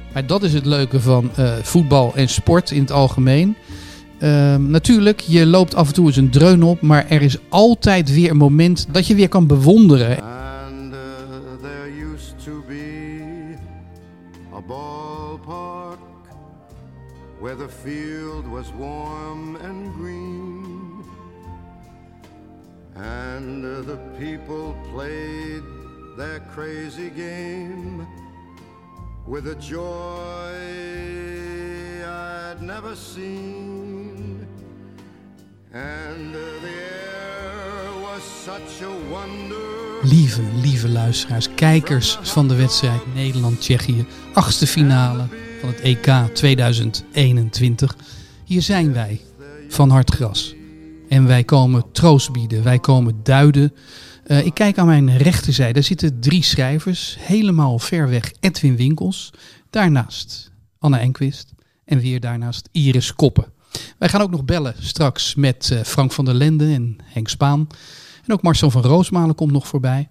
Maar dat is het leuke van voetbal en sport in het algemeen. Natuurlijk, je loopt af en toe eens een dreun op, maar er is altijd weer een moment dat je weer kan bewonderen. And there used to be a ballpark where the field was warm and green. And the people played their crazy game with a joy I'd never seen. And the air was such a wonder. Lieve luisteraars, kijkers van de wedstrijd Nederland-Tsjechië, 8e finale van het EK 2021. Hier zijn wij, van Hartgras. En wij komen troost bieden, wij komen duiden. Ik kijk aan mijn rechterzijde, daar zitten 3 schrijvers. Helemaal ver weg Edwin Winkels. Daarnaast Anne Enquist. En weer daarnaast Iris Koppen. Wij gaan ook nog bellen straks met Frank van der Lende en Henk Spaan. En ook Marcel van Roosmalen komt nog voorbij.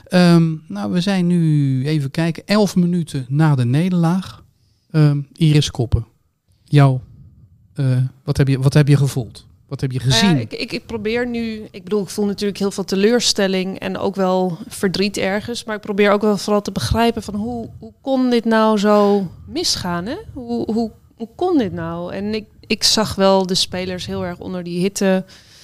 We zijn nu, even kijken, 11 minuten na de nederlaag. Iris Koppen, jou, wat heb je gevoeld? Wat heb je gezien? Ik probeer nu, ik voel natuurlijk heel veel teleurstelling en ook wel verdriet ergens. Maar ik probeer ook wel vooral te begrijpen van hoe kon dit nou zo misgaan? Hè? Hoe kon dit nou? En ik zag wel de spelers heel erg onder die hitte.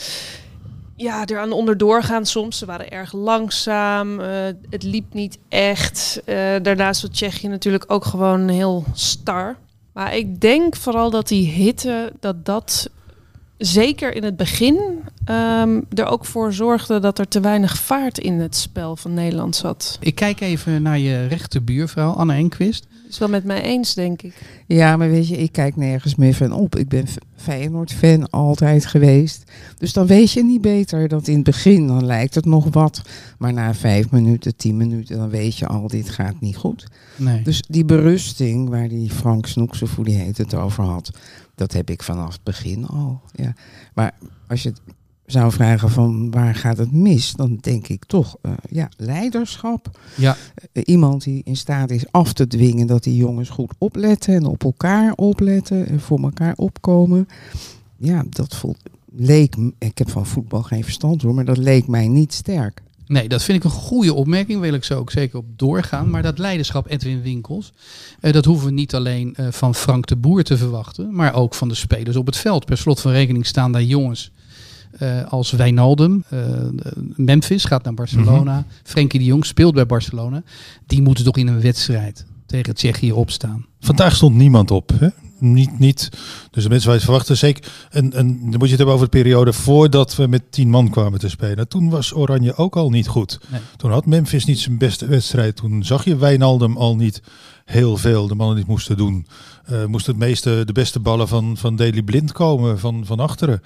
Ja, eraan onderdoor gaan soms. Ze waren erg langzaam. Het liep niet echt. Daarnaast was Tsjechië natuurlijk ook gewoon heel star. Maar ik denk vooral dat die hitte, dat zeker in het begin er ook voor zorgde dat er te weinig vaart in het spel van Nederland zat. Ik kijk even naar je rechterbuurvrouw, Anne Enquist. Is wel met mij eens, denk ik. Ja, maar weet je, ik kijk nergens meer van op. Ik ben Feyenoord-fan altijd geweest. Dus dan weet je niet beter dat in het begin, dan lijkt het nog wat. Maar na 5 minuten, 10 minuten, dan weet je al, dit gaat niet goed. Nee. Dus die berusting, waar die Frank Snoeks, of hoe die heet, het over had, dat heb ik vanaf het begin al. Ja. Maar als je het zou vragen van waar gaat het mis, dan denk ik toch leiderschap. Ja. Iemand die in staat is af te dwingen dat die jongens goed opletten en op elkaar opletten en voor elkaar opkomen. Ja, dat leek, ik heb van voetbal geen verstand hoor, maar dat leek mij niet sterk. Nee, dat vind ik een goede opmerking. Wil ik zo ook zeker op doorgaan. Maar dat leiderschap Edwin Winkels, dat hoeven we niet alleen van Frank de Boer te verwachten, maar ook van de spelers op het veld. Per slot van rekening staan daar jongens als Wijnaldum. Memphis gaat naar Barcelona. Mm-hmm. Frenkie de Jong speelt bij Barcelona. Die moeten toch in een wedstrijd tegen Tsjechië opstaan. Vandaag stond niemand op, hè? Niet. Dus de mensen waar je verwachten, zeker. En dan moet je het hebben over de periode voordat we met 10 man kwamen te spelen. Toen was Oranje ook al niet goed. Nee. Toen had Memphis niet zijn beste wedstrijd. Toen zag je Wijnaldum al niet heel veel. De mannen die het moesten doen. Moest het meeste, de beste ballen van Daley Blind komen van achteren.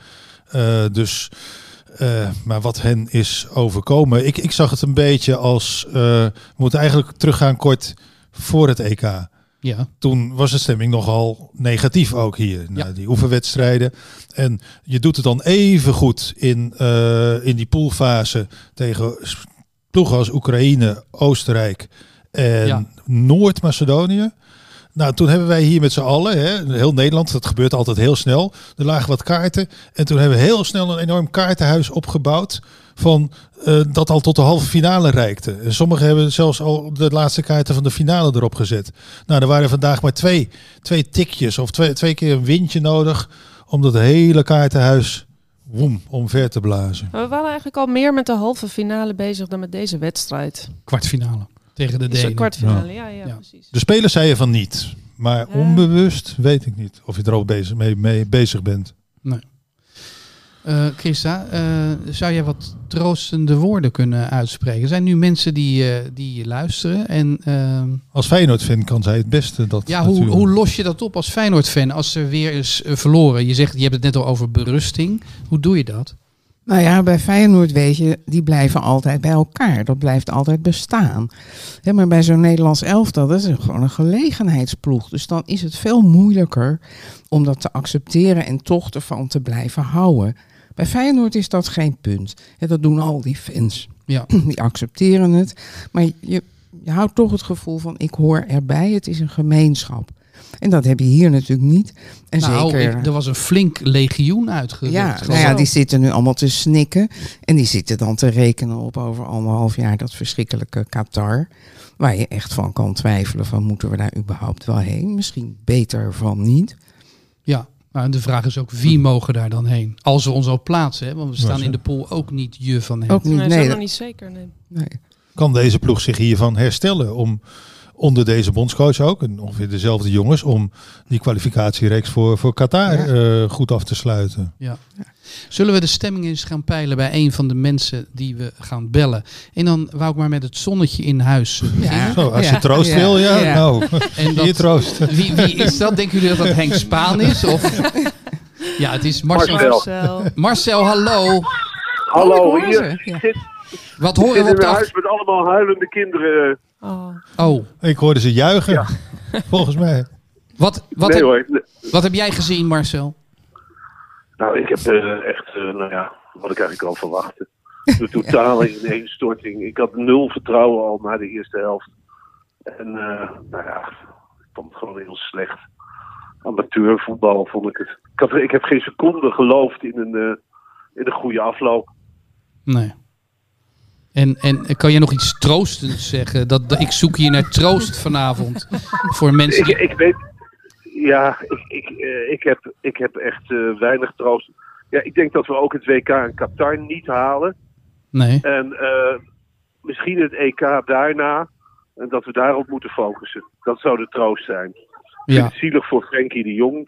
Maar wat hen is overkomen. Ik zag het een beetje als we moeten eigenlijk teruggaan kort voor het EK. Ja. Toen was de stemming nogal negatief ook hier. Na die oefenwedstrijden. En je doet het dan even goed in die poolfase tegen ploegen als Oekraïne, Oostenrijk en Noord-Macedonië. Nou, toen hebben wij hier met z'n allen, heel Nederland, dat gebeurt altijd heel snel. Er lagen wat kaarten en toen hebben we heel snel een enorm kaartenhuis opgebouwd van dat al tot de halve finale reikte. En sommigen hebben zelfs al de laatste kaarten van de finale erop gezet. Nou, er waren vandaag maar twee tikjes of twee keer een windje nodig om dat hele kaartenhuis omver te blazen. We waren eigenlijk al meer met de halve finale bezig dan met deze wedstrijd. Kwartfinale. Tegen de Denen. Kwartfinale, ja, precies. De spelers zeiden van niet. Maar onbewust weet ik niet of je er ook mee bezig bent. Nee. Christa, zou jij wat troostende woorden kunnen uitspreken? Er zijn nu mensen die luisteren. En, als Feyenoord-fan kan zij het beste dat. Ja, hoe los je dat op als Feyenoord-fan als er weer is verloren? Je hebt het net al over berusting. Hoe doe je dat? Nou ja, bij Feyenoord weet je, die blijven altijd bij elkaar. Dat blijft altijd bestaan. Ja, maar bij zo'n Nederlands elftal, dat is gewoon een gelegenheidsploeg. Dus dan is het veel moeilijker om dat te accepteren en toch ervan te blijven houden. Bij Feyenoord is dat geen punt. Ja, dat doen al die fans. Ja. Die accepteren het. Maar je houdt toch het gevoel van, ik hoor erbij. Het is een gemeenschap. En dat heb je hier natuurlijk niet. En zeker... er was een flink legioen uitgerukt. Ja, nou ja, die zitten nu allemaal te snikken. En die zitten dan te rekenen op over 1,5 jaar dat verschrikkelijke Qatar. Waar je echt van kan twijfelen van moeten we daar überhaupt wel heen? Misschien beter van niet. Ja, maar de vraag is ook wie mogen daar dan heen? Als we ons al plaatsen, hè? Want we staan in de pool ook niet je van het. Ook niet, Nee, dat is nee, nog niet zeker. Nee. Kan deze ploeg zich hiervan herstellen om onder deze bondscoach ook, en ongeveer dezelfde jongens, om die kwalificatiereeks voor Qatar goed af te sluiten? Ja. Zullen we de stemming eens gaan peilen bij een van de mensen die we gaan bellen? En dan wou ik maar met het zonnetje in huis beginnen. Zo, als je troost wil, nou, En hier troost. Wie is dat? Denken jullie dat dat Henk Spaan is? Of? Ja, het is Marcel. Marcel, hallo. Hallo, ik hoor ze, hier. ja. Ik zit, Wat ik horen zit we in op een de huis met allemaal huilende kinderen. Oh, Ik hoorde ze juichen, volgens mij. wat heb jij gezien, Marcel? Nou, ik heb echt, wat ik eigenlijk al verwachtte. De totale ineenstorting. Ik had 0 vertrouwen al na de eerste helft. En, ik vond het gewoon heel slecht. Amateurvoetbal vond ik het. Ik heb geen seconde geloofd in een goede afloop. Nee. En kan je nog iets troostends zeggen? Ik zoek hier naar troost vanavond. Voor mensen die... Ik weet... Ja, ik heb echt weinig troost. Ja, ik denk dat we ook het WK in Qatar niet halen. Nee. En misschien het EK daarna. En dat we daarop moeten focussen. Dat zou de troost zijn. Ik vind het zielig voor Frenkie de Jong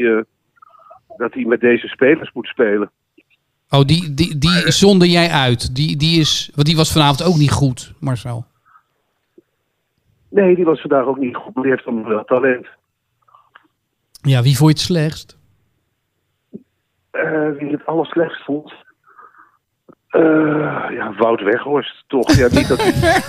dat hij met deze spelers moet spelen. Oh, die zonde jij uit. Want die was vanavond ook niet goed, Marcel. Nee, die was vandaag ook niet goed. Maar die heeft dan wel talent. Ja, wie vond je het slechtst? Wie het allerslechtst vond? Wout Weghorst, toch? Ja, niet dat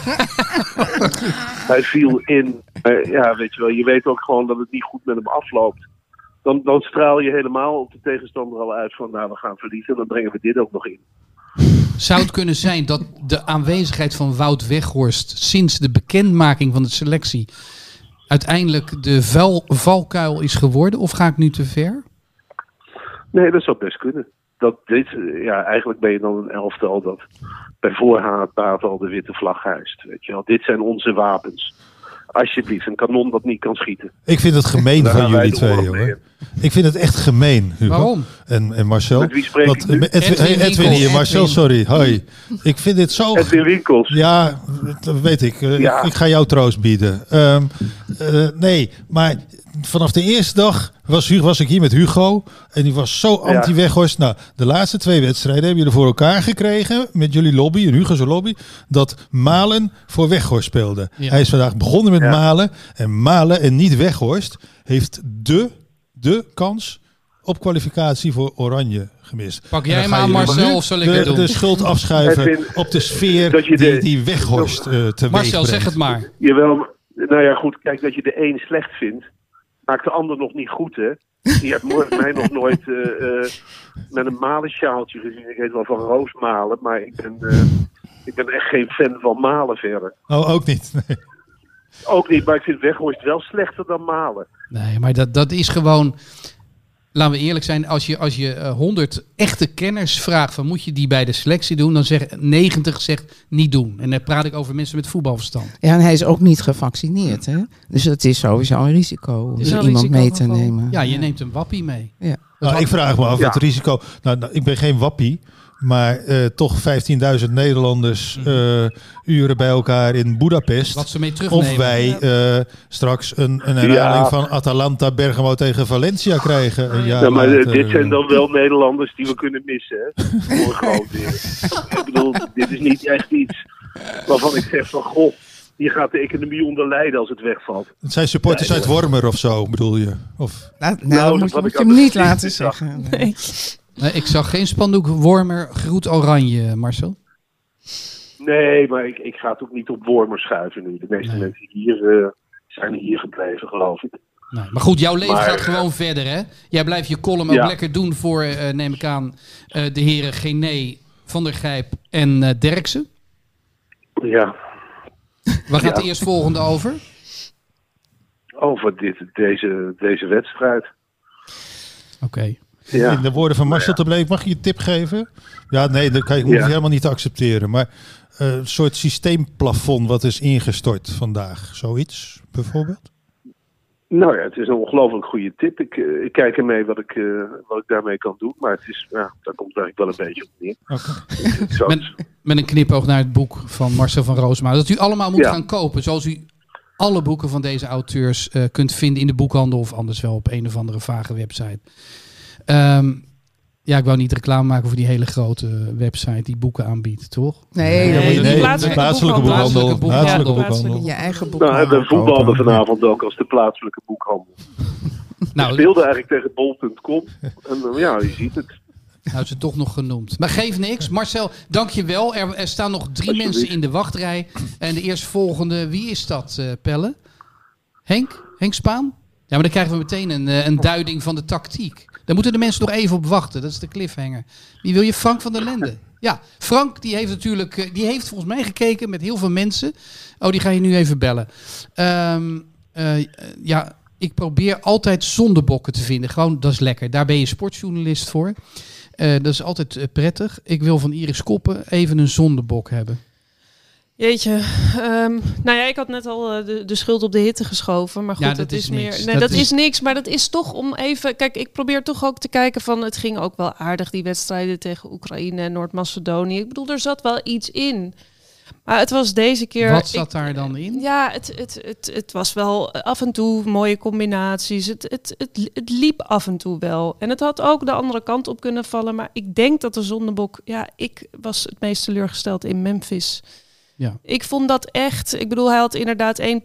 hij viel in. Weet je wel, je weet ook gewoon dat het niet goed met hem afloopt. Dan straal je helemaal op de tegenstander al uit van, we gaan verliezen. En dan brengen we dit ook nog in. Zou het kunnen zijn dat de aanwezigheid van Wout Weghorst sinds de bekendmaking van de selectie uiteindelijk de valkuil is geworden? Of ga ik nu te ver? Nee, dat zou best kunnen. Eigenlijk ben je dan een elftal dat bij voorhaat al de witte vlag hijst. Weet je wel. Dit zijn onze wapens. Alsjeblieft, een kanon dat niet kan schieten. Ik vind het gemeen van jullie twee, hoor. Ik vind het echt gemeen, Hugo. Waarom? En Marcel. Met wie spreek ik nu? Edwin hier, Marcel, sorry. Hoi. Ik vind dit zo... Edwin Winkels. Ja, dat weet ik. Ik ga jou troost bieden. Nee, maar vanaf de eerste dag was ik hier met Hugo. En die was zo anti-Weghorst. Nou, de laatste 2 wedstrijden hebben jullie voor elkaar gekregen. Met jullie lobby en Hugo's lobby. Dat Malen voor Weghorst speelde. Ja. Hij is vandaag begonnen met Malen. En Malen en niet Weghorst heeft de kans op kwalificatie voor Oranje gemist. Pak jij maar, Marcel, of zal ik het doen? De schuld afschuiven op de sfeer die Weghorst teweeg Marcel, brengt. zeg het maar. Jawel, nou ja, goed. Kijk, dat je de een slecht vindt, maakt de ander nog niet goed, hè? Je hebt mij nog nooit met een malensjaaltje gezien. Ik heet wel van roosmalen, maar ik ben echt geen fan van malen verder. Oh, ook niet? Nee. Ook niet, maar ik vind Weghorst wel slechter dan malen. Nee, maar dat is gewoon... Laten we eerlijk zijn, als je 100 echte kenners vraagt van moet je die bij de selectie doen, dan zegt 90 zegt niet doen. En dan praat ik over mensen met voetbalverstand. Ja, en hij is ook niet gevaccineerd, hè? Dus het is sowieso een risico om iemand mee te nemen. Ja, je neemt een wappie mee. Ja. Nou, ik vraag me af het risico. Nou, ik ben geen wappie. Maar toch 15.000 Nederlanders uren bij elkaar in Budapest. Wat ze mee terugnemen. Of wij straks een herhaling van Atalanta Bergamo tegen Valencia krijgen. Een jaar maar later. Dit zijn dan wel Nederlanders die we kunnen missen. Hè? Voor een groot deel. Ik bedoel, dit is niet echt iets waarvan ik zeg van goh, hier gaat de economie onder lijden als het wegvalt. Het zijn supporters uit Wormer of zo, bedoel je? Of... Nou moet je hem niet laten zeggen. Nee. Nee, ik zag geen spandoek Wormer groet oranje, Marcel. Nee, maar ik ga het ook niet op Wormer schuiven nu. De meeste mensen hier zijn hier gebleven, geloof ik. Nee, maar goed, jouw leven gaat gewoon verder, hè? Jij blijft je column ook lekker doen voor, neem ik aan, de heren Gené, Van der Gijp en Derksen. Ja. Waar gaat de eerstvolgende over? over deze wedstrijd. Oké. Ja. In de woorden van Marcel de Bleek, mag je een tip geven? Ja, nee, dat hoef je helemaal niet te accepteren. Maar een soort systeemplafond wat is ingestort vandaag. Zoiets, bijvoorbeeld? Nou ja, het is een ongelooflijk goede tip. Ik kijk ermee wat ik daarmee kan doen. Maar het is, daar komt het eigenlijk wel een beetje op neer. Okay. Met een knipoog naar het boek van Marcel van Roosma. Dat u allemaal moet gaan kopen. Zoals u alle boeken van deze auteurs kunt vinden in de boekhandel. Of anders wel op een of andere vage website. Ik wou niet reclame maken voor die hele grote website die boeken aanbiedt, toch? Nee. De plaatselijke boekhandel. Je eigen boekhandel. Nou, we voetbalden vanavond ook als de plaatselijke boekhandel. We speelden eigenlijk tegen bol.com. En je ziet het. Nou, is het toch nog genoemd. Maar geef niks. Marcel, dank je wel. Er staan nog 3 mensen in de wachtrij. En de eerstvolgende, wie is dat, Pelle? Henk Spaan? Ja, maar dan krijgen we meteen een duiding van de tactiek. Daar moeten de mensen nog even op wachten. Dat is de cliffhanger. Wie wil je? Frank van der Lende. Ja, Frank die heeft volgens mij gekeken met heel veel mensen. Oh, die ga je nu even bellen. Ik probeer altijd zondebokken te vinden. Gewoon, dat is lekker. Daar ben je sportjournalist voor. Dat is altijd prettig. Ik wil van Iris Koppen even een zondebok hebben. Jeetje. Ik had net al de schuld op de hitte geschoven. Maar goed, dat is niks. meer. Nee, dat is niks. Maar dat is toch om even. Kijk, ik probeer toch ook te kijken van. Het ging ook wel aardig, die wedstrijden tegen Oekraïne en Noord-Macedonië. Ik bedoel, er zat wel iets in. Maar het was deze keer. Wat zat daar dan in? Ja, het was wel af en toe mooie combinaties. Het liep af en toe wel. En het had ook de andere kant op kunnen vallen. Maar ik denk dat de zondebok. Ja, ik was het meest teleurgesteld in Memphis. Ja. Ik vond dat echt. Ik bedoel, hij had inderdaad 1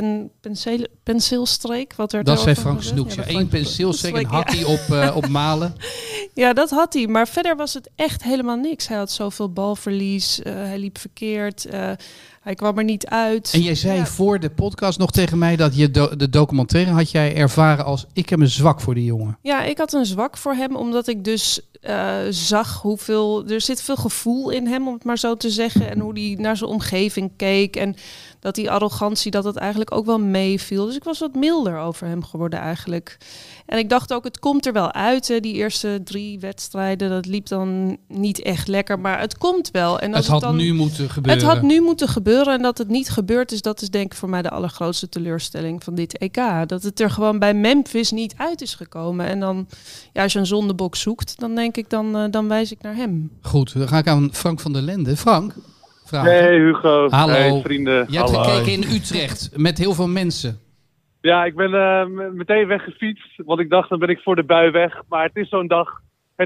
penseelstreek. Dat zei Frank Snoeks. Ja, 1 penseelstreek en had hij op Malen. Ja, dat had hij. Maar verder was het echt helemaal niks. Hij had zoveel balverlies. Hij liep verkeerd. Hij kwam er niet uit. En jij zei voor de podcast nog tegen mij dat je de documentaire had jij ervaren als ik heb een zwak voor die jongen. Ja, ik had een zwak voor hem omdat ik dus zag er zit veel gevoel in hem, om het maar zo te zeggen. En hoe hij naar zijn omgeving keek. En dat die arrogantie, dat het eigenlijk ook wel meeviel. Dus ik was wat milder over hem geworden eigenlijk. En ik dacht ook, het komt er wel uit. Hè. Die eerste 3 wedstrijden, dat liep dan niet echt lekker. Maar het komt wel. En het had nu moeten gebeuren. Het had nu moeten gebeuren. En dat het niet gebeurd is, dat is denk ik voor mij de allergrootste teleurstelling van dit EK. Dat het er gewoon bij Memphis niet uit is gekomen. En dan, als je een zondebok zoekt, dan denk ik, dan wijs ik naar hem. Goed, dan ga ik aan Frank van der Lende. Frank? Vragen. Hey Hugo. Hallo. Hey vrienden. Je hebt gekeken in Utrecht met heel veel mensen. Ja, ik ben meteen weggefietst, want ik dacht dan ben ik voor de bui weg. Maar het is zo'n dag.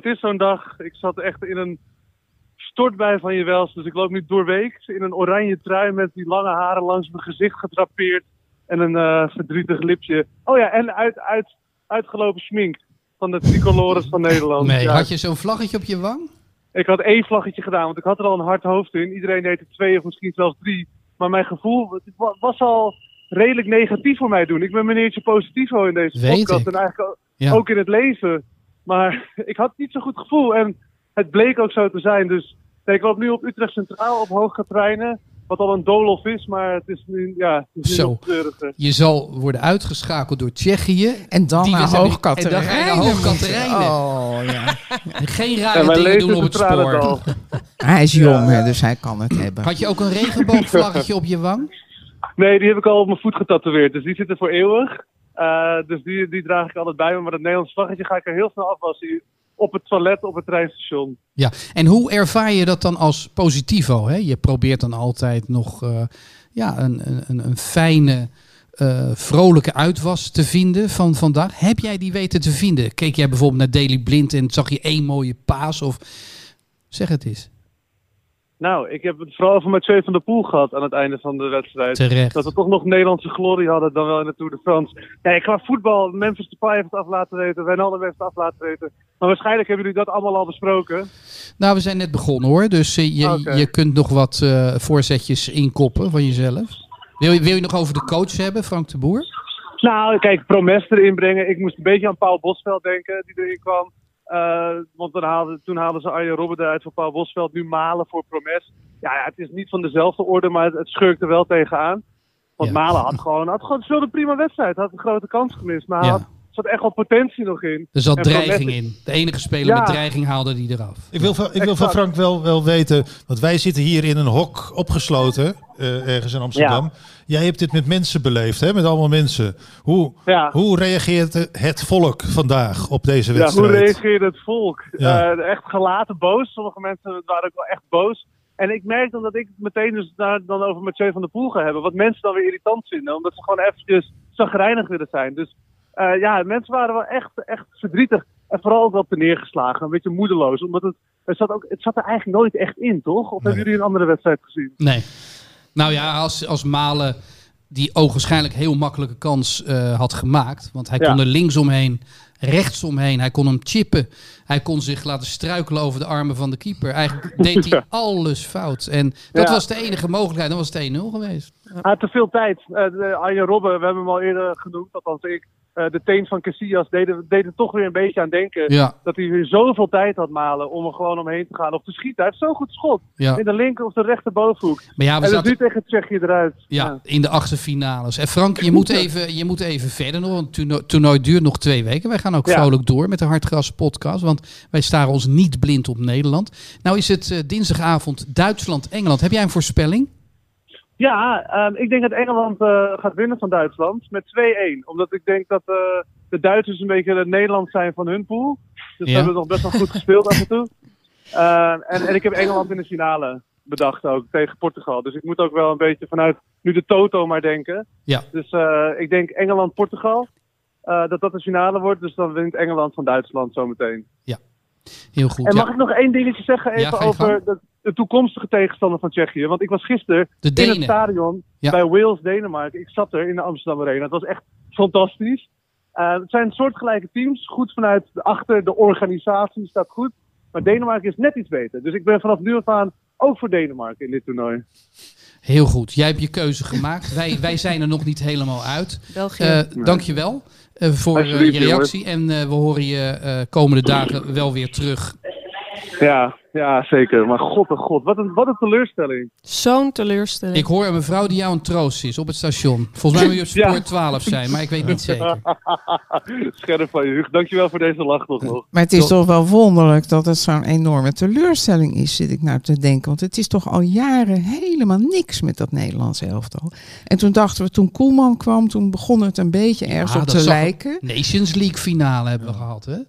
Ik zat echt in een stortbui van je wels. Dus ik loop nu doorweeks in een oranje trui met die lange haren langs mijn gezicht gedrapeerd. En een verdrietig lipje. Oh ja, en uitgelopen schmink van de tricolores van Nederland. Nee, ja. Had je zo'n vlaggetje op je wang? Ik had 1 vlaggetje gedaan, want ik had er al een hard hoofd in. Iedereen deed er 2 of misschien zelfs 3. Maar mijn gevoel was al redelijk negatief voor mij doen. Ik ben meneertje Positivo in deze podcast en eigenlijk ook in het leven. Maar ik had niet zo'n goed gevoel en het bleek ook zo te zijn. Dus ik loop nu op Utrecht Centraal op Hoogkaterijnen. Wat al een doolhof is, maar het is nu, zo. Je zal worden uitgeschakeld door Tsjechië. En dan naar Hoogkaterijnen. Oh, ja. Geen rare dingen doen op het spoor. Hij is jong, dus hij kan het hebben. Had je ook een regenboogvlaggetje op je wang? Nee, die heb ik al op mijn voet getatoeëerd. Dus die zit er voor eeuwig. Dus die draag ik altijd bij me. Maar dat Nederlands vlaggetje ga ik er heel snel afwassen. Op het toilet, op het treinstation. Ja, en hoe ervaar je dat dan als Positivo? Hè? Je probeert dan altijd nog een fijne, vrolijke uitwas te vinden van vandaag. Heb jij die weten te vinden? Keek jij bijvoorbeeld naar Daily Blind en zag je 1 mooie paas? Of zeg het eens. Nou, ik heb het vooral over Mathieu van der Poel gehad aan het einde van de wedstrijd. Terecht. Dat we toch nog Nederlandse glorie hadden dan wel in de Tour de France. Ja, qua voetbal, Memphis Depay heeft het af laten weten, Wijnaldum heeft het af laten weten. Maar waarschijnlijk hebben jullie dat allemaal al besproken. Nou, we zijn net begonnen hoor, dus je kunt nog wat voorzetjes inkoppen van jezelf. Wil je nog over de coach hebben, Frank de Boer? Nou, kijk, Promes erin brengen. Ik moest een beetje aan Paul Bosveld denken, die erin kwam. Want toen haalden ze Arjen Robben eruit voor Paul Bosveld. Nu Malen voor Promes. Ja, het is niet van dezelfde orde, maar het schurkt er wel tegenaan. Want Malen had gewoon speelde een prima wedstrijd. Had een grote kans gemist. Maar er zat echt wel potentie nog in. Er zat dreiging in. De enige speler met dreiging haalde die eraf. Ik wil van Frank wel weten, want wij zitten hier in een hok opgesloten, ergens in Amsterdam. Ja. Jij hebt dit met mensen beleefd, hè? Met allemaal mensen. Hoe reageert het volk vandaag op deze wedstrijd? Hoe reageert het volk? Ja. Echt gelaten boos. Sommige mensen waren ook wel echt boos. En ik merk dan dat ik het meteen dus dan over Mathieu van der Poel ga hebben. Wat mensen dan weer irritant vinden. Omdat ze gewoon eventjes chagrijnig willen zijn. Dus mensen waren wel echt verdrietig. En vooral ook wel neergeslagen. Een beetje moedeloos. Omdat het zat er eigenlijk nooit echt in, toch? Of hebben jullie een andere wedstrijd gezien? Nee. Nou ja, als Malen die ogenschijnlijk heel makkelijke kans had gemaakt. Want hij kon er linksomheen, rechtsomheen. Hij kon hem chippen. Hij kon zich laten struikelen over de armen van de keeper. Eigenlijk deed hij alles fout. En dat was de enige mogelijkheid. Dan was het 1-0 geweest. Hij had te veel tijd. Arjen Robben, we hebben hem al eerder genoemd. Althans ik. De teen van Casillas deed er toch weer een beetje aan denken. Dat hij weer zoveel tijd had Malen om er gewoon omheen te gaan of te schieten. Hij heeft zo'n goed schot. In de linker of de rechterbovenhoek. Maar en dat nu tegen Tsjechië eruit. Ja, in de achterfinales. En Frank, je moet even verder nog. Want het toernooi duurt nog 2 weken. Wij gaan ook vrolijk door met de Hartgras podcast. Want wij staren ons niet blind op Nederland. Nou is het dinsdagavond Duitsland-Engeland. Heb jij een voorspelling? Ja, ik denk dat Engeland gaat winnen van Duitsland met 2-1. Omdat ik denk dat de Duitsers een beetje het Nederland zijn van hun pool. Dus we hebben nog best wel goed gespeeld af en toe. En ik heb Engeland in de finale bedacht ook tegen Portugal. Dus ik moet ook wel een beetje vanuit nu de Toto maar denken. Ja. Dus ik denk Engeland-Portugal. Dat de finale wordt. Dus dan wint Engeland van Duitsland zometeen. Ja, heel goed. En mag ik nog 1 dingetje zeggen even over de toekomstige tegenstander van Tsjechië? Want ik was gisteren in het stadion bij Wales-Denemarken. Ik zat er in de Amsterdam Arena. Het was echt fantastisch. Het zijn soortgelijke teams. Goed vanuit achter de organisatie staat goed. Maar Denemarken is net iets beter. Dus ik ben vanaf nu af aan ook voor Denemarken in dit toernooi. Heel goed. Jij hebt je keuze gemaakt. Wij zijn er nog niet helemaal uit. Dankjewel voor je reactie. En we horen je komende dagen wel weer terug. Ja, zeker. Maar god, wat een teleurstelling. Zo'n teleurstelling. Ik hoor een mevrouw die jou een troost is op het station. Volgens mij moet je op spoor 12 zijn, maar ik weet niet zeker. Scherp van je, Huug. Dankjewel voor deze lach toch nog. Maar het is toch wel wonderlijk dat het zo'n enorme teleurstelling is, zit ik nou te denken. Want het is toch al jaren helemaal niks met dat Nederlands elftal. En toen dachten we, toen Koeman kwam, toen begon het een beetje ergens op te lijken. Nations League finale hebben we gehad, hè?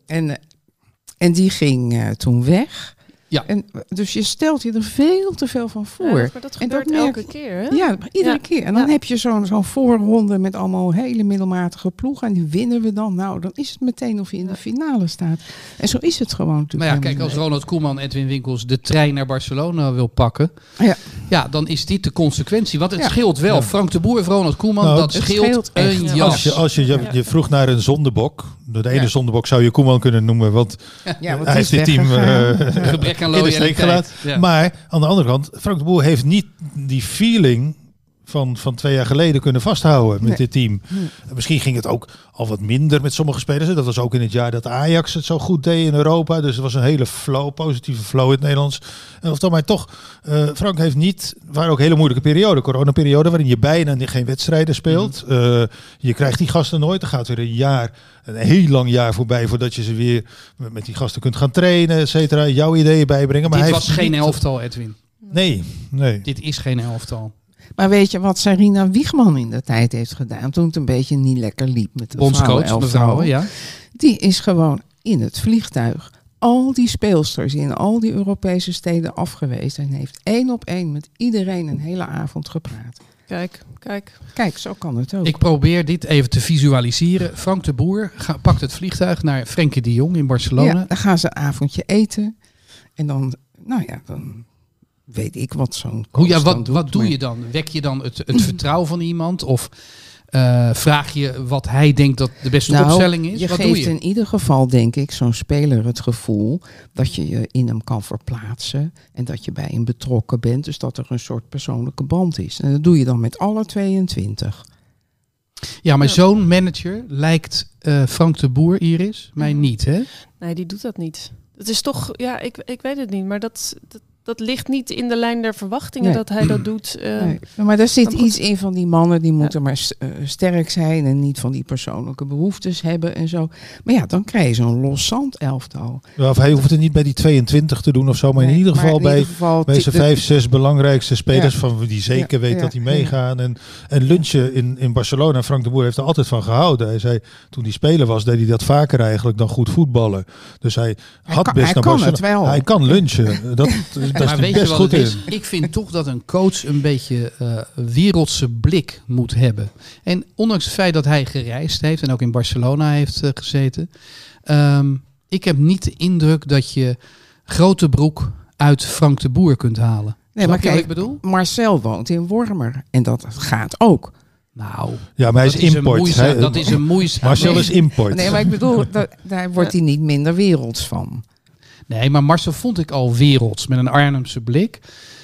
En die ging toen weg. Ja. En dus je stelt je er veel te veel van voor. Ja, maar dat gebeurt elke keer, hè? Ja, iedere keer. En dan heb je zo'n voorronde met allemaal hele middelmatige ploegen. En die winnen we dan. Nou, dan is het meteen of je in de finale staat. En zo is het gewoon natuurlijk. Maar ja, kijk, als Ronald Koeman, Edwin Winkels de trein naar Barcelona wil pakken. Ja, dan is dit de consequentie. Want het scheelt wel. Ja. Frank de Boer of Ronald Koeman, dat scheelt een jas. Als je vroeg naar een zondebok. De ene zondebok zou je Koeman kunnen noemen. Want hij heeft dit team gebrek aan loyaliteit. Ja. Maar aan de andere kant, Frank de Boer heeft niet die feeling van 2 jaar geleden kunnen vasthouden met dit team. Misschien ging het ook al wat minder met sommige spelers. Dat was ook in het jaar dat Ajax het zo goed deed in Europa. Dus er was een hele positieve flow in het Nederlands. Maar toch, Frank heeft niet, waren ook hele moeilijke perioden, coronaperiode, waarin je bijna geen wedstrijden speelt. Je krijgt die gasten nooit. Er gaat weer een heel lang jaar voorbij voordat je ze weer met die gasten kunt gaan trainen, et cetera. Jouw ideeën bijbrengen. Maar dit was geen elftal, Edwin. Nee. Dit is geen elftal. Maar weet je wat Sarina Wiegman in de tijd heeft gedaan toen het een beetje niet lekker liep met de vrouwen, ja. Die is gewoon in het vliegtuig al die speelsters in al die Europese steden afgewezen en heeft 1 op 1 met iedereen een hele avond gepraat. Kijk, zo kan het ook. Ik probeer dit even te visualiseren. Frank de Boer pakt het vliegtuig naar Frenkie de Jong in Barcelona. Ja, dan gaan ze een avondje eten en dan weet ik wat zo'n wat doe je dan? Wek je dan het vertrouwen van iemand? Of vraag je wat hij denkt dat de beste opstelling is? Je geeft in ieder geval, denk ik, zo'n speler het gevoel dat je je in hem kan verplaatsen. En dat je bij hem betrokken bent. Dus dat er een soort persoonlijke band is. En dat doe je dan met alle 22. Ja, maar zo'n manager lijkt Frank de Boer, Iris, mij niet, hè? Nee, die doet dat niet. Het is toch, ik weet het niet, maar dat dat ligt niet in de lijn der verwachtingen dat hij dat doet. Nee. Maar daar zit iets in van die mannen, die moeten maar sterk zijn en niet van die persoonlijke behoeftes hebben en zo. Maar ja, dan krijg je zo'n los zand elftal. Ja, of hij hoeft het niet bij die 22 te doen of zo, maar in ieder geval bij zijn 5, 6 belangrijkste spelers van die zeker weet dat die meegaan. En lunchen in Barcelona, Frank de Boer heeft er altijd van gehouden. Hij zei, toen hij speler was, deed hij dat vaker eigenlijk dan goed voetballen. Dus hij had best naar Barcelona. Hij kan lunchen. Dat maar weet je wat het is? Ik vind toch dat een coach een beetje wereldse blik moet hebben. En ondanks het feit dat hij gereisd heeft en ook in Barcelona heeft gezeten. Ik heb niet de indruk dat je grote broek uit Frank de Boer kunt halen. Nee, maar kijk, ik bedoel? Marcel woont in Wormer en dat gaat ook. Nou, ja, maar hij is import. Dat is een moeizaam. Marcel is import. Nee, maar ik bedoel, daar wordt hij niet minder werelds van. Nee, maar Marcel vond ik al werelds met een Arnhemse blik.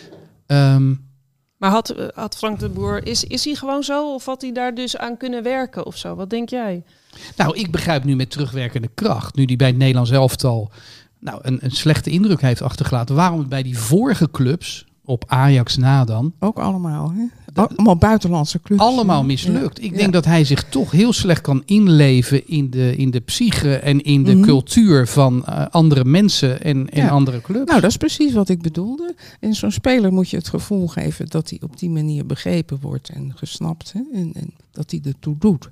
Maar had Frank de Boer, is hij gewoon zo? Of had hij daar dus aan kunnen werken of zo? Wat denk jij? Nou, ik begrijp nu met terugwerkende kracht, nu die bij het Nederlands elftal een slechte indruk heeft achtergelaten. Waarom het bij die vorige clubs, op Ajax na dan... Ook allemaal, hè? Allemaal buitenlandse clubs. Allemaal mislukt. Ik denk dat hij zich toch heel slecht kan inleven in de psyche en in de cultuur van andere mensen en andere clubs. Nou, dat is precies wat ik bedoelde. En zo'n speler moet je het gevoel geven dat hij op die manier begrepen wordt en gesnapt. Hè? En dat hij ertoe doet.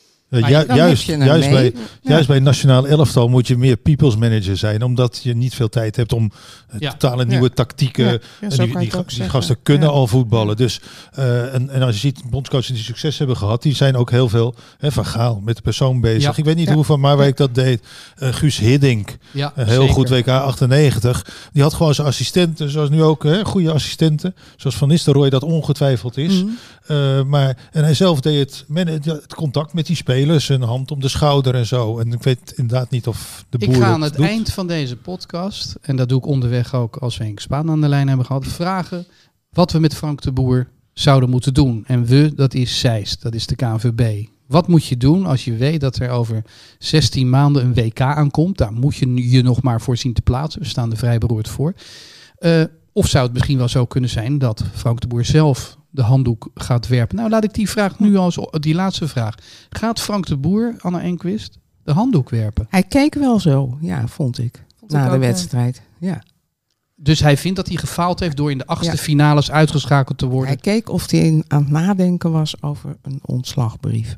Juist bij nationaal elftal moet je meer people's manager zijn. Omdat je niet veel tijd hebt om totale nieuwe tactieken. Die gasten kunnen al voetballen. Dus, en als je ziet, bondscoaches die succes hebben gehad, die zijn ook heel veel Van Gaal met de persoon bezig. Ja. Ik weet niet hoe Van Marwijk dat deed. Guus Hiddink, heel goed WK 98. Die had gewoon zijn assistenten, zoals nu ook goede assistenten. Zoals Van Nistelrooy dat ongetwijfeld is. En hij zelf deed het contact met die spelers, een hand om de schouder en zo. En ik weet inderdaad niet of de Boer Ik ga aan het eind van deze podcast, en dat doe ik onderweg ook als we Henk Spaan aan de lijn hebben gehad, vragen wat we met Frank de Boer zouden moeten doen. En we, dat is Zeist, dat is de KNVB. Wat moet je doen als je weet dat er over 16 maanden een WK aankomt? Daar moet je je nog maar voor zien te plaatsen. We staan er vrij beroerd voor. Of zou het misschien wel zo kunnen zijn dat Frank de Boer zelf de handdoek gaat werpen? Nou, laat ik die vraag nu als die laatste vraag. Gaat Frank de Boer, Anna Enquist, de handdoek werpen? Hij keek wel zo, vond ik. Na de wedstrijd, Dus hij vindt dat hij gefaald heeft door in de 8e finales uitgeschakeld te worden? Hij keek of hij aan het nadenken was over een ontslagbrief.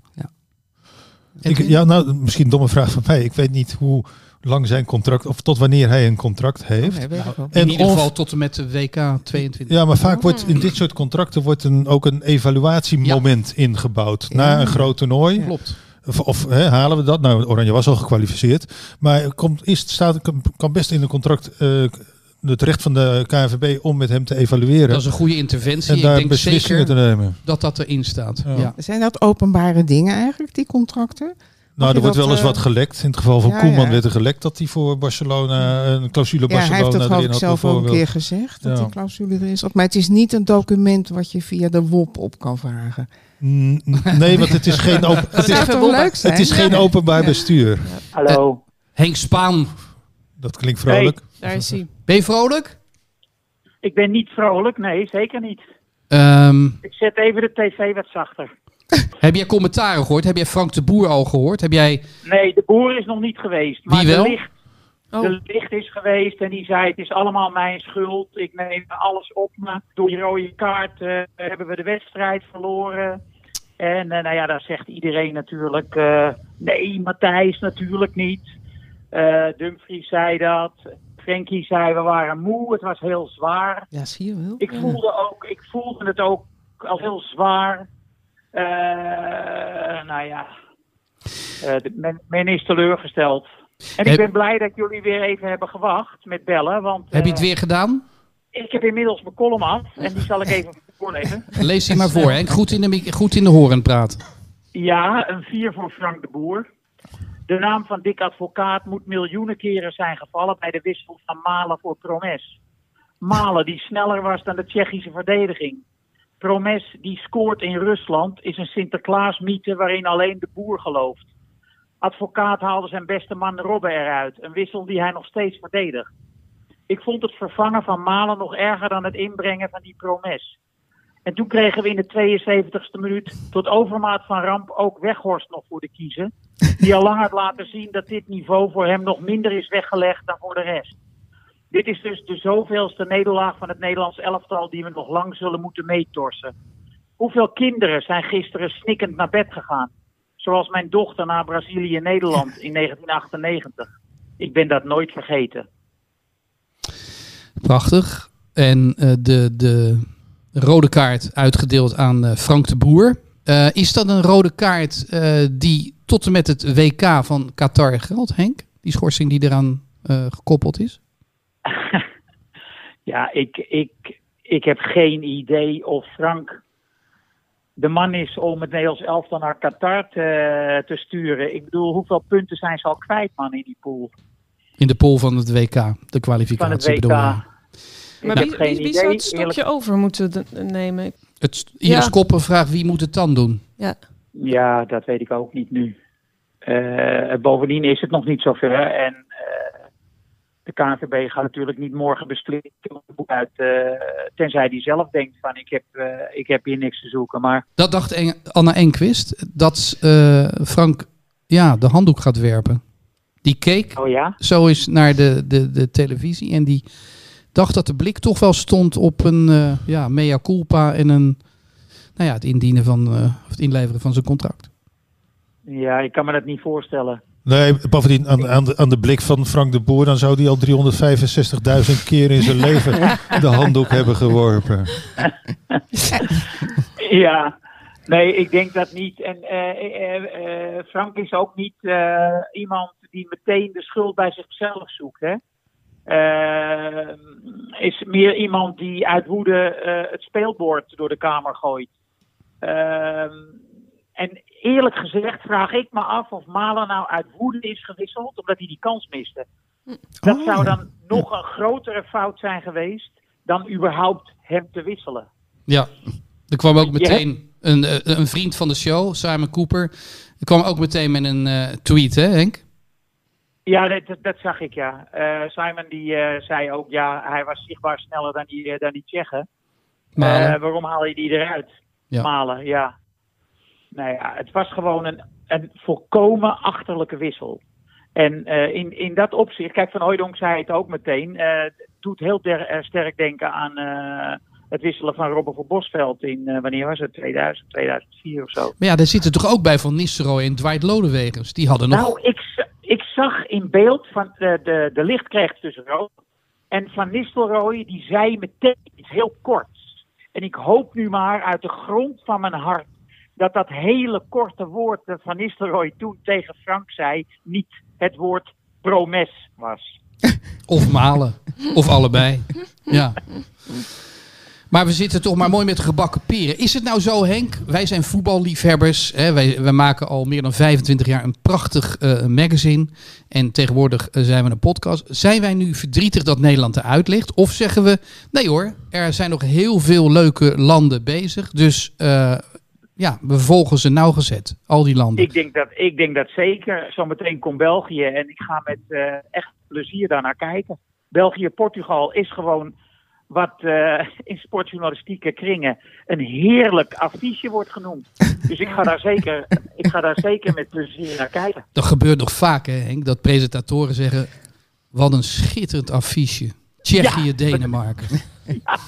Misschien een domme vraag van mij. Ik weet niet hoe lang zijn contract, of tot wanneer hij een contract heeft. In ieder geval tot en met de WK 22. Ja, maar vaak wordt in dit soort contracten ook een evaluatiemoment ingebouwd. Na een groot toernooi. Klopt. Of halen we dat? Nou, Oranje was al gekwalificeerd. Maar kan best in een contract het recht van de KNVB om met hem te evalueren. Dat is een goede interventie. En daar beslissingen te nemen. Dat erin staat. Ja. Zijn dat openbare dingen eigenlijk, die contracten? Nou, er wordt wel eens wat gelekt. In het geval van Koeman werd er gelekt dat hij voor Barcelona een clausule Barcelona erin had. Hij heeft dat zelf ook een keer gezegd, dat die clausule erin zat. Maar het is niet een document wat je via de WOP op kan vragen. Nee, want het is geen het is geen openbaar bestuur. Hallo. Henk Spaan. Dat klinkt vrolijk. Daar is hij. Ben je vrolijk? Ik ben niet vrolijk, nee, zeker niet. Ik zet even de tv wat zachter. Heb jij commentaren gehoord? Heb jij Frank de Boer al gehoord? Nee, de Boer is nog niet geweest. Maar wie wel? De licht is geweest en die zei het is allemaal mijn schuld. Ik neem alles op me. Door die rode kaart hebben we de wedstrijd verloren. En daar zegt iedereen natuurlijk nee, Matthijs natuurlijk niet. Dumfries zei dat. Frenkie zei we waren moe, het was heel zwaar. Ja, zie je wel. Ik voelde het ook al heel zwaar. Men is teleurgesteld. En ik ben blij dat jullie weer even hebben gewacht met bellen. Want, heb je het weer gedaan? Ik heb inmiddels mijn column af en die zal ik even voorlezen. Lees die maar voor, hè? Goed in de horen praten. Ja, een 4 voor Frank de Boer. De naam van Dick Advocaat moet miljoenen keren zijn gevallen bij de wissel van Malen voor Promes. Malen die sneller was dan de Tsjechische verdediging. Promes die scoort in Rusland is een Sinterklaas-mythe waarin alleen de Boer gelooft. Advocaat haalde zijn beste man Robben eruit, een wissel die hij nog steeds verdedigt. Ik vond het vervangen van Malen nog erger dan het inbrengen van die Promes. En toen kregen we in de 72e minuut tot overmaat van ramp ook Weghorst nog voor de kiezen. Die al lang had laten zien dat dit niveau voor hem nog minder is weggelegd dan voor de rest. Dit is dus de zoveelste nederlaag van het Nederlands elftal die we nog lang zullen moeten meetorsen. Hoeveel kinderen zijn gisteren snikkend naar bed gegaan? Zoals mijn dochter na Brazilië-Nederland in 1998. Ik ben dat nooit vergeten. Prachtig. En de rode kaart uitgedeeld aan Frank de Boer. Is dat een rode kaart die tot en met het WK van Qatar geldt, Henk? Die schorsing die eraan gekoppeld is? Ja, ik heb geen idee of Frank de man is om het Nederlands elftal naar Qatar te sturen. Ik bedoel, hoeveel punten zijn ze al kwijt, man, in die pool? In de pool van het WK, de kwalificatie. Van het WK. Maar wie zou het stokje over moeten nemen? Iris Koppen vraagt wie moet het dan doen? Ja, dat weet ik ook niet nu. Bovendien is het nog niet zover. En de KNVB gaat natuurlijk niet morgen beslissen uit, tenzij die zelf denkt van ik heb hier niks te zoeken. Maar dat dacht Anna Enquist, dat Frank de handdoek gaat werpen. Die keek zo eens naar de televisie en die dacht dat de blik toch wel stond op een mea culpa en het indienen van het inleveren van zijn contract. Ja, ik kan me dat niet voorstellen. Nee, bovendien aan de blik van Frank de Boer, dan zou hij al 365.000 keer in zijn leven de handdoek hebben geworpen. Ja, nee, ik denk dat niet. En Frank is ook niet iemand die meteen de schuld bij zichzelf zoekt, hè? Is meer iemand die uit woede het speelbord door de kamer gooit. En eerlijk gezegd vraag ik me af of Malen nou uit woede is gewisseld omdat hij die kans miste. Dat zou dan nog een grotere fout zijn geweest dan überhaupt hem te wisselen. Ja, er kwam ook meteen een vriend van de show, Simon Cooper, kwam ook meteen met een tweet, hè Henk? Ja, dat zag ik, ja. Simon die zei ook, hij was zichtbaar sneller dan die Tsjechen. Waarom haal je die eruit? Ja. Malen, ja. Nou ja, het was gewoon een volkomen achterlijke wissel. En in dat opzicht, kijk, Van Hooijdonk zei het ook meteen, doet heel sterk denken aan het wisselen van Robben van Bosveld in, wanneer was het, 2000, 2004 of zo. Maar ja, daar zitten toch ook bij Van Nistelrooy en Dwight Lodewegens, die hadden nog... Nou, ik zag in beeld, van de licht kreeg tussen rood. En Van Nistelrooy, die zei meteen iets heel korts. En ik hoop nu maar uit de grond van mijn hart dat hele korte woord dat Van Nistelrooy toen tegen Frank zei, niet het woord promes was. Of Malen. Of allebei. Ja. Maar we zitten toch maar mooi met gebakken peren. Is het nou zo, Henk? Wij zijn voetballiefhebbers. Hè? Wij maken al meer dan 25 jaar een prachtig magazine. En tegenwoordig zijn we een podcast. Zijn wij nu verdrietig dat Nederland eruit ligt? Of zeggen we, nee hoor, er zijn nog heel veel leuke landen bezig. Dus we volgen ze nauwgezet. Al die landen. Ik denk dat zeker. Zometeen komt België. En ik ga met echt plezier daarnaar kijken. België-Portugal is gewoon wat in sportjournalistieke kringen een heerlijk affiche wordt genoemd. Dus ik ga daar zeker met plezier naar kijken. Dat gebeurt nog vaak, hè, Henk, dat presentatoren zeggen, wat een schitterend affiche. Tsjechië, Denemarken. Ja.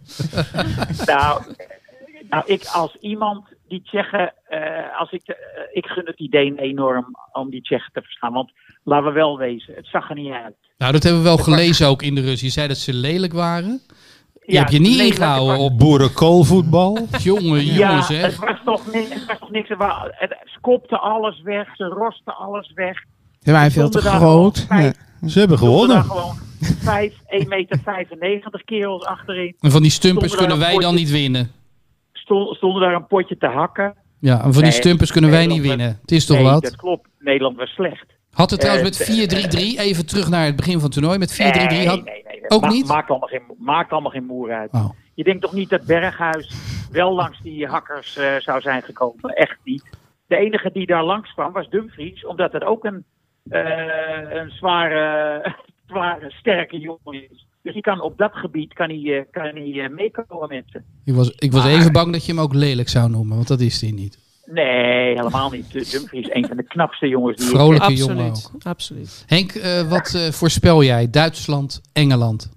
Nou, ik als iemand die Tsjechen, ik gun het die Denen enorm om die Tsjechen te verstaan. Want laten we wel wezen, het zag er niet uit. Nou, dat hebben we wel gelezen ook in de rust. Je zei dat ze lelijk waren. Je hebt je niet ingehouden op boerenkoolvoetbal. Jongens, hè. Het was toch niks. Ze kopten alles weg, ze rosten alles weg. Ze waren veel te groot. Ze hebben gewonnen. Er gewoon 1,95 meter kerels achterin. En van die stumpers kunnen wij dan niet winnen. Stonden daar een potje te hakken. Ja, en van die stumpers kunnen wij niet winnen. Het is toch wat? Dat klopt. Nederland was slecht. Had het trouwens met 4-3-3, even terug naar het begin van het toernooi, met 4-3-3 nee. Ook niet? Maakt allemaal geen moer uit. Oh. Je denkt toch niet dat Berghuis wel langs die hakkers zou zijn gekomen? Echt niet. De enige die daar langs kwam was Dumfries, omdat het ook een zware, sterke jongen is. Dus die kan op dat gebied kan hij meekomen met ze. Ik was even bang dat je hem ook lelijk zou noemen, want dat is hij niet. Nee, helemaal niet. Dumfries is een van de knapste jongens die vrolijke jongen ook. Absoluut. Henk, wat voorspel jij? Duitsland, Engeland?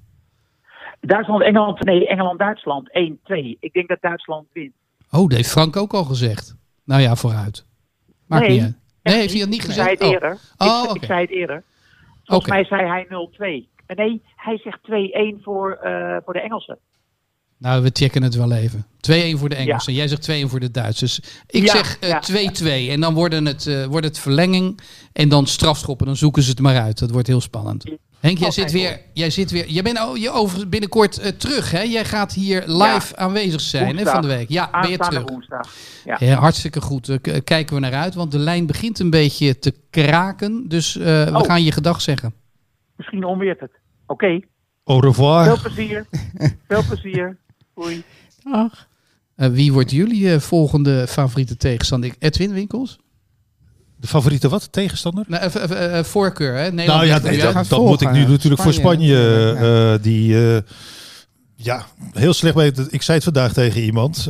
Engeland-Duitsland 1-2. Ik denk dat Duitsland wint. Oh, dat heeft Frank ook al gezegd. Nou ja, vooruit. Maakt niet uit. Nee, heeft hij dat niet gezegd? Ik zei het eerder. Ik zei het eerder. Volgens mij zei hij 0-2. Nee, hij zegt 2-1 voor de Engelsen. Nou, we checken het wel even. 2-1 voor de Engelsen. Ja. Jij zegt 2-1 voor de Duitsers. Ik zeg 2-2. En dan wordt het verlenging. En dan strafschoppen. Dan zoeken ze het maar uit. Dat wordt heel spannend. Henk, jij zit weer. Jij bent binnenkort terug, hè? Jij gaat hier live aanwezig zijn hè, van de week. Ja, ben je terug? Woensdag. Ja, hartstikke goed. Kijken we naar uit. Want de lijn begint een beetje te kraken. Dus we gaan je gedag zeggen. Misschien onweert het. Oké. Au revoir. Veel plezier. Hoi. Dag. Wie wordt jullie volgende favoriete tegenstander? Edwin Winkels? De favoriete wat? Tegenstander? Voorkeur, hè? Nederland dat moet ik nu natuurlijk voor Spanje. Die heel slecht bij. Ik zei het vandaag tegen iemand.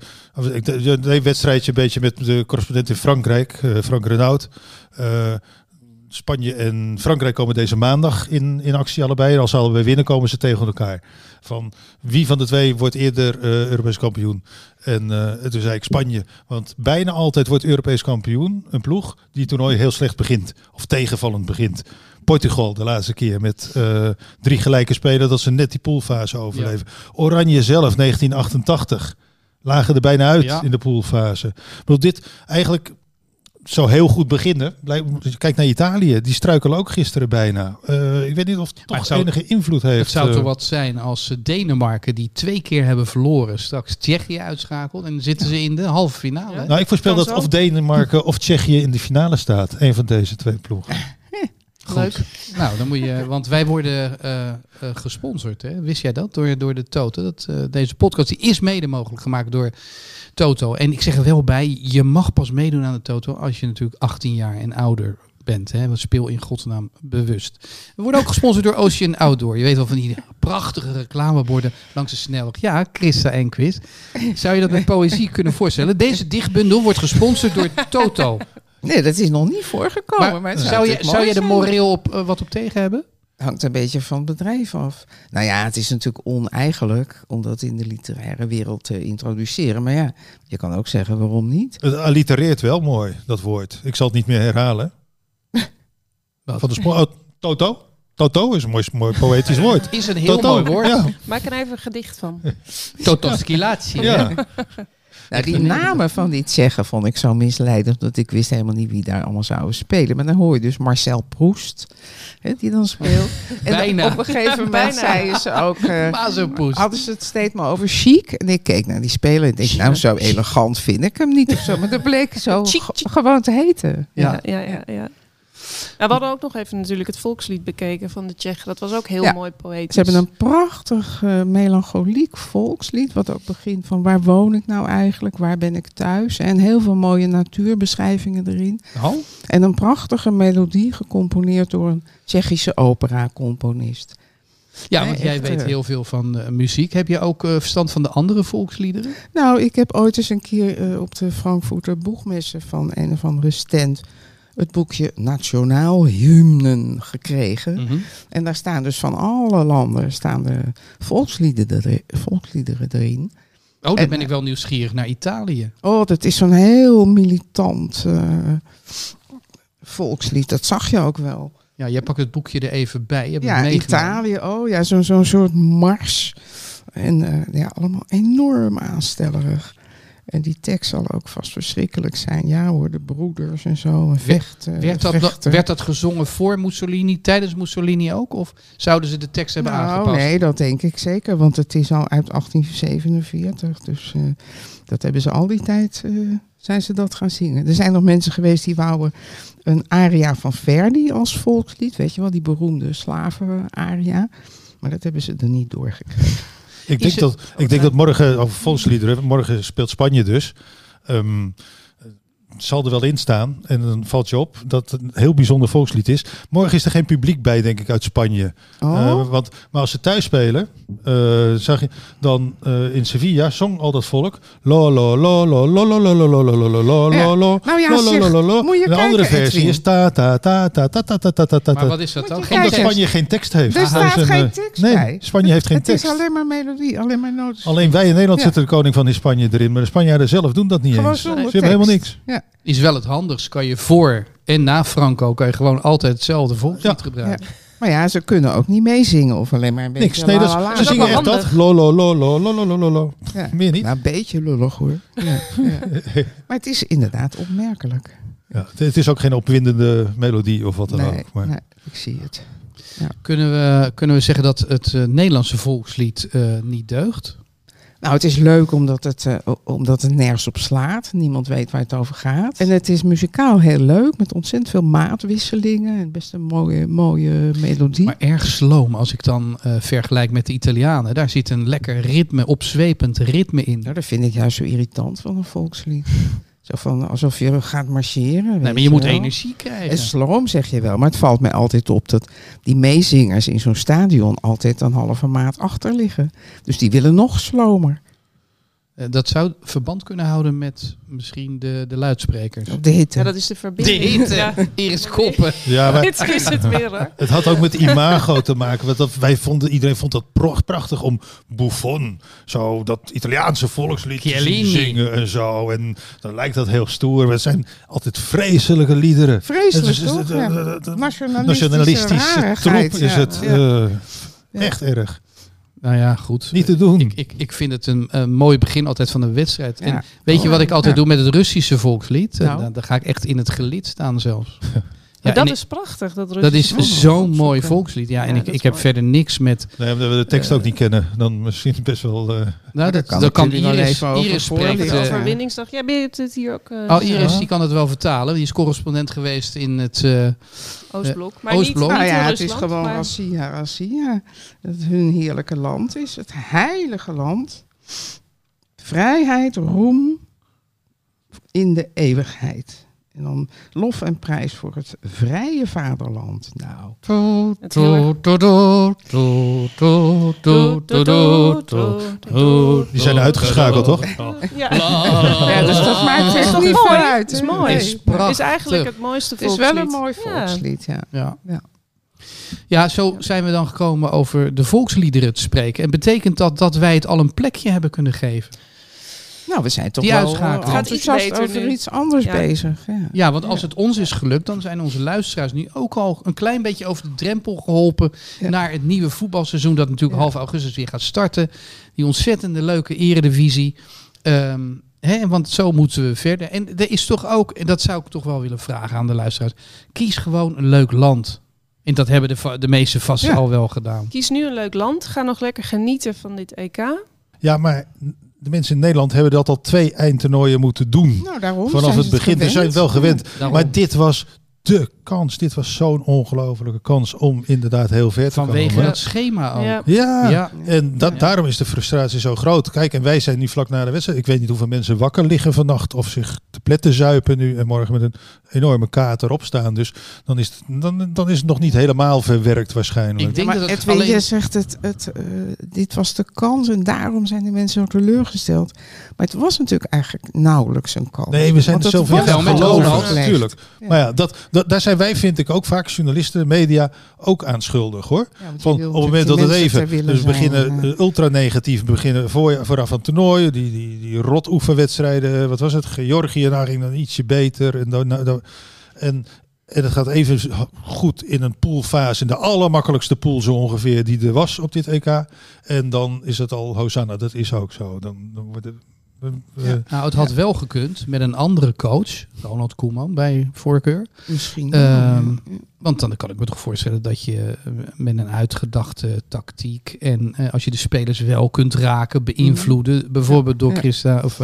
Een wedstrijdje een beetje met de correspondent in Frankrijk, Frank Renaud. Spanje en Frankrijk komen deze maandag in actie allebei. Als ze allebei winnen, komen ze tegen elkaar. Van wie van de twee wordt eerder Europees kampioen? En toen zei ik Spanje. Want bijna altijd wordt Europees kampioen een ploeg die het toernooi heel slecht begint. Of tegenvallend begint. Portugal de laatste keer met 3 gelijke spelen dat ze net die poolfase overleven. Ja. Oranje zelf 1988. Lagen er bijna uit in de poolfase. Ik bedoel, dit eigenlijk zou heel goed beginnen. Kijk naar Italië. Die struikelen ook gisteren bijna. Ik weet niet of het toch enige invloed heeft. Het zou toch wat zijn als Denemarken die 2 keer hebben verloren straks Tsjechië uitschakelt en dan zitten ze in de halve finale. Ja. Nou, ik voorspel dat of Denemarken of Tsjechië in de finale staat. Een van deze 2 ploegen. Leuk. Nou, dan moet je, want wij worden gesponsord. Hè? Wist jij dat? Door de Toto. Deze podcast die is mede mogelijk gemaakt door Toto. En ik zeg er wel bij, je mag pas meedoen aan de Toto als je natuurlijk 18 jaar en ouder bent. Hè? Want speel in godsnaam bewust. We worden ook gesponsord door Ocean Outdoor. Je weet wel van die prachtige reclameborden langs de snelweg. Ja, Christa Enquist. Zou je dat met poëzie kunnen voorstellen? Deze dichtbundel wordt gesponsord door Toto. Nee, dat is nog niet voorgekomen. Maar zou je er moreel wat op tegen hebben? Hangt een beetje van het bedrijf af. Nou ja, het is natuurlijk oneigenlijk om dat in de literaire wereld te introduceren. Maar ja, je kan ook zeggen waarom niet. Het allitereert wel mooi, dat woord. Ik zal het niet meer herhalen. Van de Toto? Toto is een mooi poëtisch woord. Is een heel mooi woord. Ja. Maak er even een gedicht van. Totoskilatie. Ja. Nou, die namen van die Tsjechen vond ik zo misleidend, dat ik wist helemaal niet wie daar allemaal zouden spelen. Maar dan hoor je dus Marcel Proust, die dan speelt. En dan op een gegeven moment zeiden ze ook, hadden ze het steeds maar over chic. En ik keek naar die speler en dacht, nou zo elegant vind ik hem niet of zo. Maar dat bleek zo gewoon te heten. Ja. Nou, we hadden ook nog even natuurlijk het volkslied bekeken van de Tsjechen. Dat was ook heel mooi poëtisch. Ze hebben een prachtig melancholiek volkslied. Wat ook begint van waar woon ik nou eigenlijk? Waar ben ik thuis? En heel veel mooie natuurbeschrijvingen erin. Oh. En een prachtige melodie gecomponeerd door een Tsjechische opera-componist. Ja, want jij weet heel veel van muziek. Heb je ook verstand van de andere volksliederen? Nou, ik heb ooit eens een keer op de Frankfurter Boegmesse van een of andere stand het boekje Nationaal Hymnen gekregen. Mm-hmm. En daar staan dus van alle landen de volksliederen erin. Oh, dan ben ik wel nieuwsgierig naar Italië. Oh, dat is zo'n heel militant volkslied. Dat zag je ook wel. Ja, jij pakt het boekje er even bij. Ja, Italië. Oh ja, zo'n soort mars. En allemaal enorm aanstellerig. En die tekst zal ook vast verschrikkelijk zijn. Ja hoor, de broeders en zo. En vechten. Werd dat gezongen voor Mussolini, tijdens Mussolini ook? Of zouden ze de tekst hebben aangepast? Nee, dat denk ik zeker. Want het is al uit 1847. Dus dat hebben ze al die tijd, zijn ze dat gaan zingen. Er zijn nog mensen geweest die wouden een aria van Verdi als volkslied. Weet je wel, die beroemde slaven-aria. Maar dat hebben ze er niet doorgekregen. Ik denk dat morgen, over volksliederen, morgen speelt Spanje dus. zal er wel in staan. En dan valt je op dat het een heel bijzonder volkslied is. Morgen is er geen publiek bij, denk ik, uit Spanje. Maar als ze thuis spelen, zag je dan in Sevilla zong al dat volk. Lo lo lo lo lo lo lo lo lo lo lo lo lo lo. Nou ja, zeg, de andere versie is ta ta ta ta ta ta ta ta ta. Maar wat is dat dan? Omdat Spanje geen tekst heeft. Er staat geen tekst bij. Nee, Spanje heeft geen tekst. Het is alleen maar melodie, alleen maar noten. Alleen wij in Nederland zitten de koning van Spanje erin. Maar de Spanjaarden zelf doen dat niet eens. Ze hebben helemaal niks. Ja. Is wel het handigst. Kan je voor en na Franco kan je gewoon altijd hetzelfde volkslied gebruiken. Ja. Maar ja, ze kunnen ook niet meezingen of alleen maar een beetje. Niks. Nee, ze zingen echt dat. Lo lo lo lo lo lo lo lo. Ja. Meer niet. Nou, een beetje lullig hoor. Ja. Maar het is inderdaad opmerkelijk. Ja, het is ook geen opwindende melodie of wat dan ook. Maar. Nee, ik zie het. Ja. Kunnen we zeggen dat het Nederlandse volkslied niet deugt? Nou, het is leuk omdat het nergens op slaat. Niemand weet waar het over gaat. En het is muzikaal heel leuk met ontzettend veel maatwisselingen en best een mooie melodie. Maar erg sloom als ik dan vergelijk met de Italianen. Daar zit een lekker ritme, opzwepend ritme in. Nou, dat vind ik juist zo irritant van een volkslied. Zo van alsof je gaat marcheren. Nee, maar je moet energie krijgen. En sloom zeg je wel. Maar het valt mij altijd op dat die meezingers in zo'n stadion altijd een halve maat achter liggen. Dus die willen nog slomer. Dat zou verband kunnen houden met misschien de luidsprekers. De hitte. Ja, dat is de verbinding. De hitte. Ja. Iris Koppen. Ja, maar Dit is het weer hoor. het had ook met imago te maken. Want iedereen vond dat prachtig om Buffon, zo dat Italiaanse volkslied te zingen en zo. En dan lijkt dat heel stoer. Maar het zijn altijd vreselijke liederen. Vreselijk, toch? Nationalistische troep is het. Echt erg. Nou ja, goed. Niet te doen. Ik vind het een mooi begin altijd van een wedstrijd. Ja. En weet je wat ik altijd doe met het Russische volkslied? Nou. Dan ga ik echt in het gelid staan zelfs. Ja, dat is prachtig. Dat is zo'n mooi volkslied. Ja, en ik heb verder niks met... Nee, omdat we de tekst ook niet kennen. Dan misschien best wel... Nou, dat kan Iris spreken. Overwinningsdag. Ja, ben je het hier ook... Iris die kan het wel vertalen. Die is correspondent geweest in het... Oostblok. Maar Oostblok. Niet nou ja, Rusland, het is gewoon Rassia. Dat hun heerlijke land is. Het heilige land. Vrijheid, roem in de eeuwigheid. En dan lof en prijs voor het vrije vaderland. Nou. Die zijn uitgeschakeld, toch? Ja, dus dat maakt echt niet mooi. uit. Het is mooi. Het is eigenlijk het mooiste volkslied. Het is wel een mooi volkslied, ja. Ja, zo zijn we dan gekomen over de volksliederen te spreken. En betekent dat wij het al een plekje hebben kunnen geven? Nou, we zijn toch die wel enthousiast over iets anders bezig. Ja, want als het ons is gelukt, dan zijn onze luisteraars nu ook al een klein beetje over de drempel geholpen naar het nieuwe voetbalseizoen dat natuurlijk half augustus weer gaat starten. Die ontzettende leuke eredivisie. Want zo moeten we verder. En er is toch ook, en dat zou ik toch wel willen vragen aan de luisteraars, kies gewoon een leuk land. En dat hebben de meesten vast al wel gedaan. Kies nu een leuk land. Ga nog lekker genieten van dit EK. Ja, maar de mensen in Nederland hebben dat al 2 eindtoernooien moeten doen. Nou, daarom vanaf het begin. Ze zijn wel gewend. Daarom. Maar dit was de kans. Dit was zo'n ongelofelijke kans om inderdaad heel ver te komen. Vanwege dat schema al. Ja. En daarom is de frustratie zo groot. Kijk, en wij zijn nu vlak na de wedstrijd. Ik weet niet hoeveel mensen wakker liggen vannacht of zich te pletten zuipen nu en morgen met een enorme kater opstaan. Dus dan is het nog niet helemaal verwerkt waarschijnlijk. Ik denk maar dat het Edwin, je zegt dit was de kans en daarom zijn de mensen zo teleurgesteld. Maar het was natuurlijk eigenlijk nauwelijks een kans. Nee, we zijn er zoveel geloofd. Natuurlijk. Ja. Maar ja, daar zijn wij, vind ik, ook vaak journalisten, media ook aan schuldig, hoor. Ja, op het moment dat het even... Dus we beginnen ultra negatief, beginnen vooraf aan het toernooi. Die rot oefenwedstrijden, wat was het? Georgië, daar ging dan ietsje beter. En het gaat even goed in een poolfase. In de allermakkelijkste pool zo ongeveer die er was op dit EK. En dan is het al Hosanna. Dat is ook zo. Dan wordt het... Nou, het had wel gekund met een andere coach, Ronald Koeman, bij voorkeur. Misschien. Want dan kan ik me toch voorstellen dat je met een uitgedachte tactiek en als je de spelers wel kunt raken, beïnvloeden, bijvoorbeeld door Christa of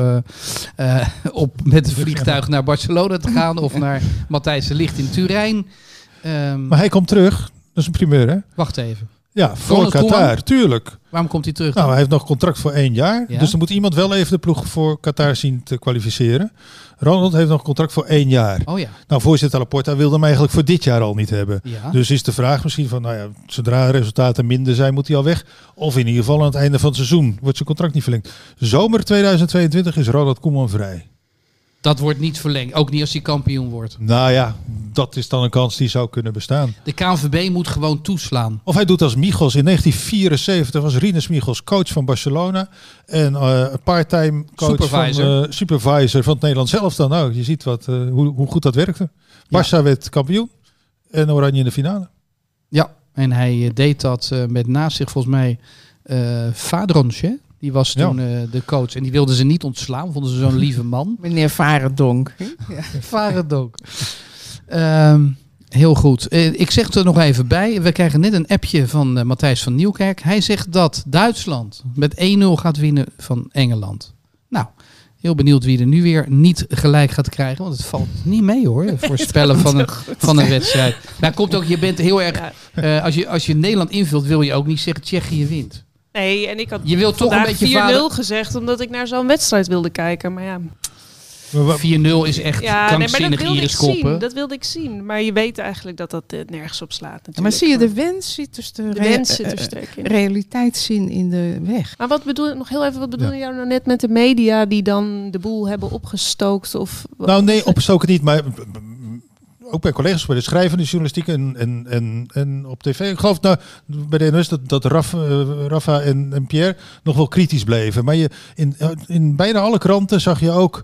met het vliegtuig naar Barcelona te gaan of naar Matthijs de Ligt in Turijn. Maar hij komt terug. Dat is een primeur, hè? Wacht even. Ja, voor Ronald Qatar, Koeman? tuurlijk. Waarom komt hij terug? Nou, hij heeft nog contract voor 1 jaar. Ja. Dus dan moet iemand wel even de ploeg voor Qatar zien te kwalificeren. Ronald heeft nog contract voor 1 jaar. Oh ja. Nou, voorzitter Laporta wilde hem eigenlijk voor dit jaar al niet hebben. Ja. Dus is de vraag misschien van, nou ja, zodra de resultaten minder zijn, moet hij al weg. Of in ieder geval aan het einde van het seizoen wordt zijn contract niet verlengd. Zomer 2022 is Ronald Koeman vrij. Dat wordt niet verlengd. Ook niet als hij kampioen wordt. Nou ja, dat is dan een kans die zou kunnen bestaan. De KNVB moet gewoon toeslaan. Of hij doet als Michels. In 1974 was Rinus Michels coach van Barcelona. En part-time coach supervisor van het Nederlands elftal. Nou, je ziet hoe goed dat werkte. Barça werd kampioen. En Oranje in de finale. Ja, en hij deed dat met naast zich volgens mij Vadronsje. Die was toen de coach. En die wilden ze niet ontslaan. Vonden ze zo'n lieve man. Meneer Varendonk. Varendonk. Heel goed. Ik zeg er nog even bij. We krijgen net een appje van Matthijs van Nieuwkerk. Hij zegt dat Duitsland met 1-0 gaat winnen van Engeland. Nou, heel benieuwd wie er nu weer niet gelijk gaat krijgen. Want het valt niet mee hoor. Voorspellen van een wedstrijd. Nou, komt ook, je bent heel erg... Als je Nederland invult, wil je ook niet zeggen Tsjechië wint. Nee, en ik had je wilt toch een beetje 4-0 gezegd, omdat ik naar zo'n wedstrijd wilde kijken. Maar ja... 4-0 is echt krankzinnig iriskoppen. Dat wilde ik zien. Maar je weet eigenlijk dat dat nergens op slaat. Natuurlijk. Maar zie je, de wens zit dus realiteitszin in de weg. Maar wat bedoel je nou net met de media die dan de boel hebben opgestookt? Of nou nee, opgestoken niet, maar... Ook bij collega's bij de schrijvende journalistiek en op tv. Ik geloof bij de NOS dat Rafa en Pierre nog wel kritisch bleven. Maar in bijna alle kranten zag je ook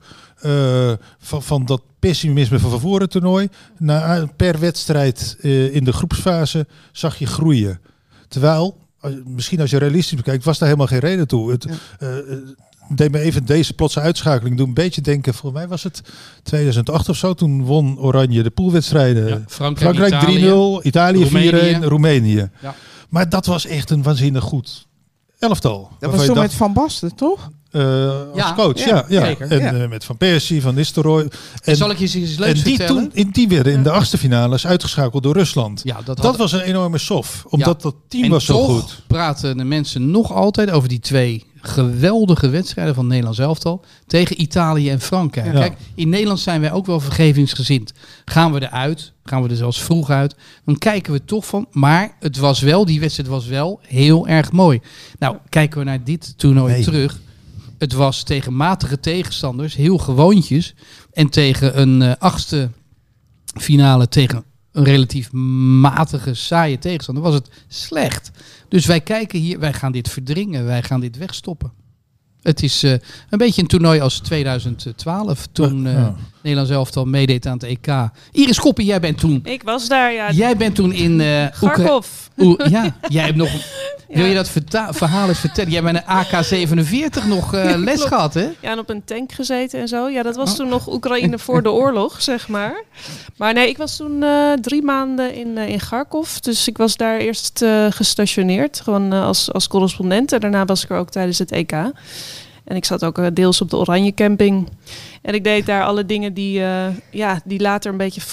van dat pessimisme van voor het toernooi. Per wedstrijd in de groepsfase zag je groeien. Terwijl, misschien als je realistisch bekijkt, was daar helemaal geen reden toe. Deed me even deze plotse uitschakeling doen een beetje denken. Volgens mij was het 2008 of zo. Toen won Oranje de poolwedstrijden. Ja, Frankrijk 3-0, Italië 4-1, Roemenië. Ja. Maar dat was echt een waanzinnig goed elftal. Dat was zo met Van Basten, toch? Als coach, ja. Zeker. En met Van Persie, Van Nistelrooy. En zal ik je eens leuks vertellen? Die werden in de achtste finales uitgeschakeld door Rusland. Ja, dat was een enorme sof. Omdat dat team was zo goed. En praten de mensen nog altijd over die 2 geweldige wedstrijden van het Nederlands elftal tegen Italië en Frankrijk. Ja. Kijk, in Nederland zijn wij ook wel vergevingsgezind. Gaan we eruit, gaan we er zelfs vroeg uit, dan kijken we toch van, maar die wedstrijd was wel heel erg mooi. Nou, kijken we naar dit toernooi terug. Het was tegen matige tegenstanders, heel gewoontjes. En tegen een achtste finale tegen een relatief matige, saaie tegenstander was het slecht. Dus wij kijken hier, wij gaan dit verdringen, wij gaan dit wegstoppen. Het is een beetje een toernooi als 2012, toen Nederlands elftal meedeed aan het EK. Iris Koppie, jij bent toen... Ik was daar, ja. Jij bent toen in... Kharkov. Jij hebt nog... Wil je dat verhaal eens vertellen? Jij bent een AK-47 nog les gehad, hè? Ja, en op een tank gezeten en zo. Ja, dat was toen nog Oekraïne voor de oorlog, zeg maar. Maar nee, ik was toen 3 maanden in Kharkov. Dus ik was daar eerst gestationeerd, gewoon als correspondent. En daarna was ik er ook tijdens het EK. En ik zat ook deels op de Oranje Camping. En ik deed daar alle dingen die later een beetje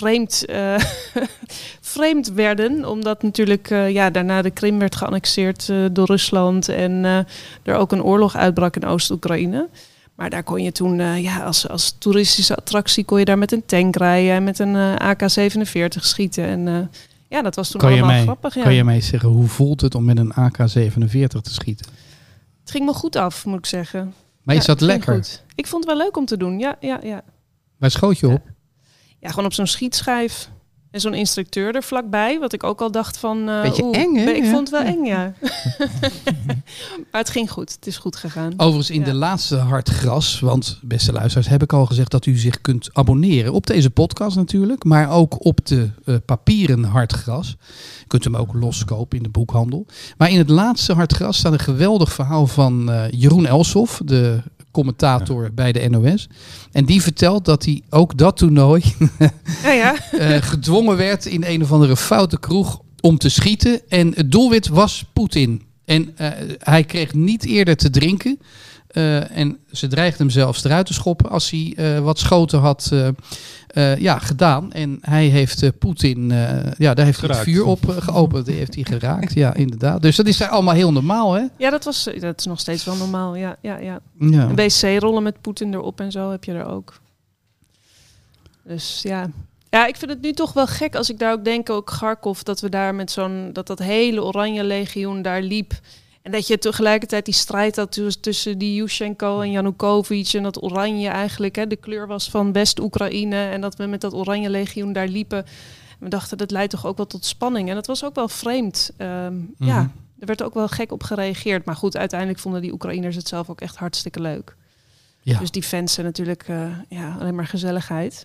vreemd werden. Omdat natuurlijk daarna de Krim werd geannexeerd door Rusland. En er ook een oorlog uitbrak in Oost-Oekraïne. Maar daar kon je toen, als toeristische attractie, kon je daar met een tank rijden. En met een AK-47 schieten. En dat was toen allemaal grappig. Ja. Kan je mij zeggen, hoe voelt het om met een AK-47 te schieten? Het ging me goed af, moet ik zeggen. Maar is dat lekker? Goed. Ik vond het wel leuk om te doen, ja. Waar schoot je op? Ja, gewoon op zo'n schietschijf. En zo'n instructeur er vlakbij, wat ik ook al dacht van... beetje eng, hè? Ik vond het wel eng, ja. Maar het ging goed. Het is goed gegaan. Overigens in de laatste Hartgras, want beste luisteraars, heb ik al gezegd dat u zich kunt abonneren op deze podcast natuurlijk, maar ook op de papieren Hartgras. Je kunt hem ook loskopen in de boekhandel. Maar in het laatste Hartgras staat een geweldig verhaal van Jeroen Elshoff, de commentator bij de NOS. En die vertelt dat hij ook dat toernooi gedwongen werd in een of andere foute kroeg om te schieten. En het doelwit was Poetin. En hij kreeg niet eerder te drinken En ze dreigden hem zelfs eruit te schoppen als hij wat schoten had gedaan. En hij heeft Poetin, daar heeft hij het vuur op geopend. Die heeft hij geraakt, ja, inderdaad. Dus dat is allemaal heel normaal, hè? Ja, dat is nog steeds wel normaal, ja. Een wc-rollen met Poetin erop en zo heb je er ook. Dus ja... Ja, ik vind het nu toch wel gek als ik daar ook denk, ook Kharkov, dat we daar met dat hele Oranje Legioen daar liep. En dat je tegelijkertijd die strijd had tussen die Yushchenko en Yanukovych en dat Oranje eigenlijk de kleur was van West-Oekraïne. En dat we met dat Oranje Legioen daar liepen. En we dachten, dat leidt toch ook wel tot spanning. En dat was ook wel vreemd. Ja, er werd ook wel gek op gereageerd. Maar goed, uiteindelijk vonden die Oekraïners het zelf ook echt hartstikke leuk. Ja. Dus die fans zijn natuurlijk alleen maar gezelligheid.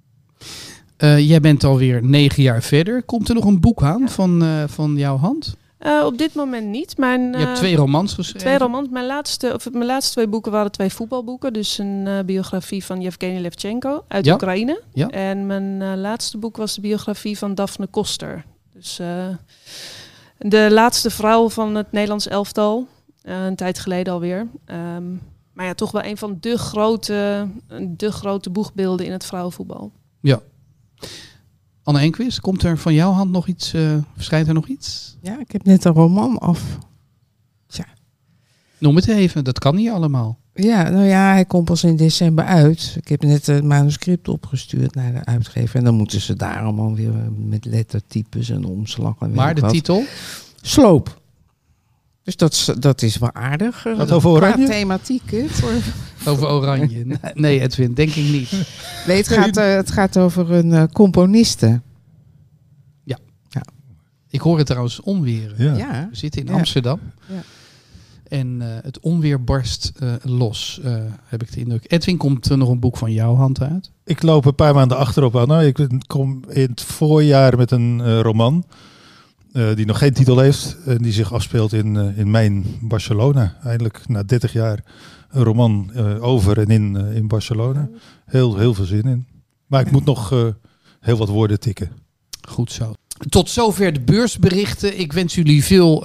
Jij bent alweer 9 jaar verder. Komt er nog een boek aan van jouw hand? Op dit moment niet. Je hebt 2 romans geschreven. 2 romans. Mijn laatste 2 boeken waren 2 voetbalboeken. Dus een biografie van Yevgeny Levchenko uit Oekraïne. Ja. En mijn laatste boek was de biografie van Daphne Koster. Dus de laatste vrouw van het Nederlands elftal. Een tijd geleden alweer. Maar ja, toch wel een van de grote boegbeelden in het vrouwenvoetbal. Ja. Anne Enquist, komt er van jouw hand nog iets? Verschijnt er nog iets? Ja, ik heb net een roman af. Tja. Noem het even, dat kan niet allemaal. Ja, nou ja, hij komt pas in december uit. Ik heb net het manuscript opgestuurd naar de uitgever. En dan moeten ze daar allemaal weer met lettertypes en omslag. En maar de titel? Sloop. Dus dat is wel aardig. Wat over Oranje? Qua thematiek. Over Oranje. Nee, Edwin, denk ik niet. Nee, het gaat over een componiste. Ja. Ik hoor het trouwens onweer. Ja. We zitten in Amsterdam. Ja. En het onweer barst los, heb ik de indruk. Edwin, komt er nog een boek van jouw hand uit? Ik loop een paar maanden achterop aan. Nou, ik kom in het voorjaar met een roman. Die nog geen titel heeft. En die zich afspeelt in mijn Barcelona. Eindelijk na 30 jaar een roman over en in Barcelona. Heel veel zin in. Maar ik moet nog heel wat woorden tikken. Goed zo. Tot zover de beursberichten. Ik wens jullie veel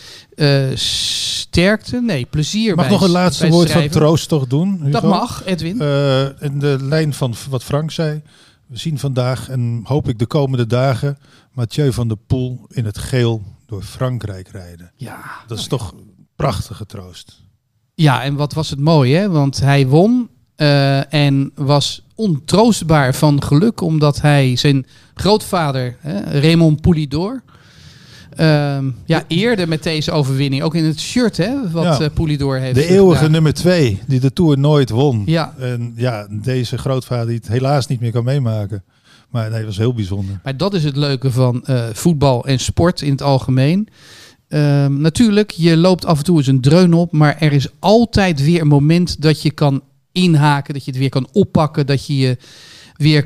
sterkte. Nee, plezier. Mag nog een laatste woord van troost toch doen? Hugo? Dat mag, Edwin. In de lijn van wat Frank zei. We zien vandaag en hoop ik de komende dagen Mathieu van der Poel in het geel door Frankrijk rijden. Ja. Dat is toch prachtige troost. Ja, en wat was het mooi, hè? Want hij won en was ontroostbaar van geluk, omdat hij zijn grootvader, Raymond Poulidor, eerde met deze overwinning. Ook in het shirt, hè, wat Poulidor heeft de eeuwige gedaan. Nummer 2, die de Tour nooit won. Ja. En deze grootvader die het helaas niet meer kan meemaken. Maar nee, dat was heel bijzonder. Maar dat is het leuke van voetbal en sport in het algemeen. Natuurlijk, je loopt af en toe eens een dreun op, maar er is altijd weer een moment dat je kan inhaken, dat je het weer kan oppakken, dat je weer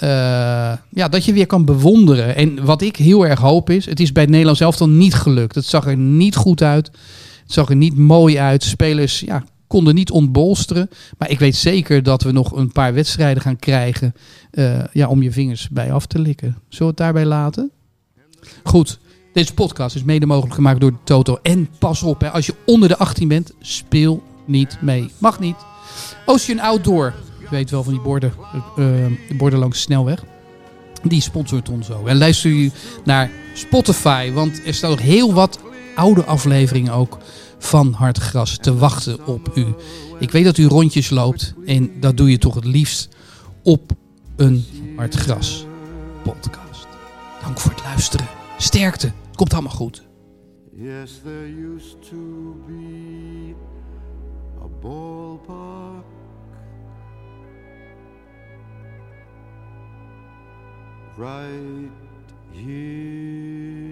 kan bewonderen. En wat ik heel erg hoop is, het is bij het Nederlands elftal niet gelukt. Het zag er niet goed uit. Het zag er niet mooi uit. Spelers konden niet ontbolsteren. Maar ik weet zeker dat we nog een paar wedstrijden gaan krijgen om je vingers bij af te likken. Zullen we het daarbij laten? Goed. Deze podcast is mede mogelijk gemaakt door de Toto. En pas op, als je onder de 18 bent, speel niet mee. Mag niet. Ocean Outdoor. Je weet wel van die borden langs de snelweg. Die sponsort ons ook. En luister je naar Spotify. Want er staan nog heel wat oude afleveringen ook van Hartgras te wachten op u. Ik weet dat u rondjes loopt. En dat doe je toch het liefst op een Hartgras podcast. Dank voor het luisteren. Sterkte. Het komt allemaal goed. Yes, there used to be a ballpark right here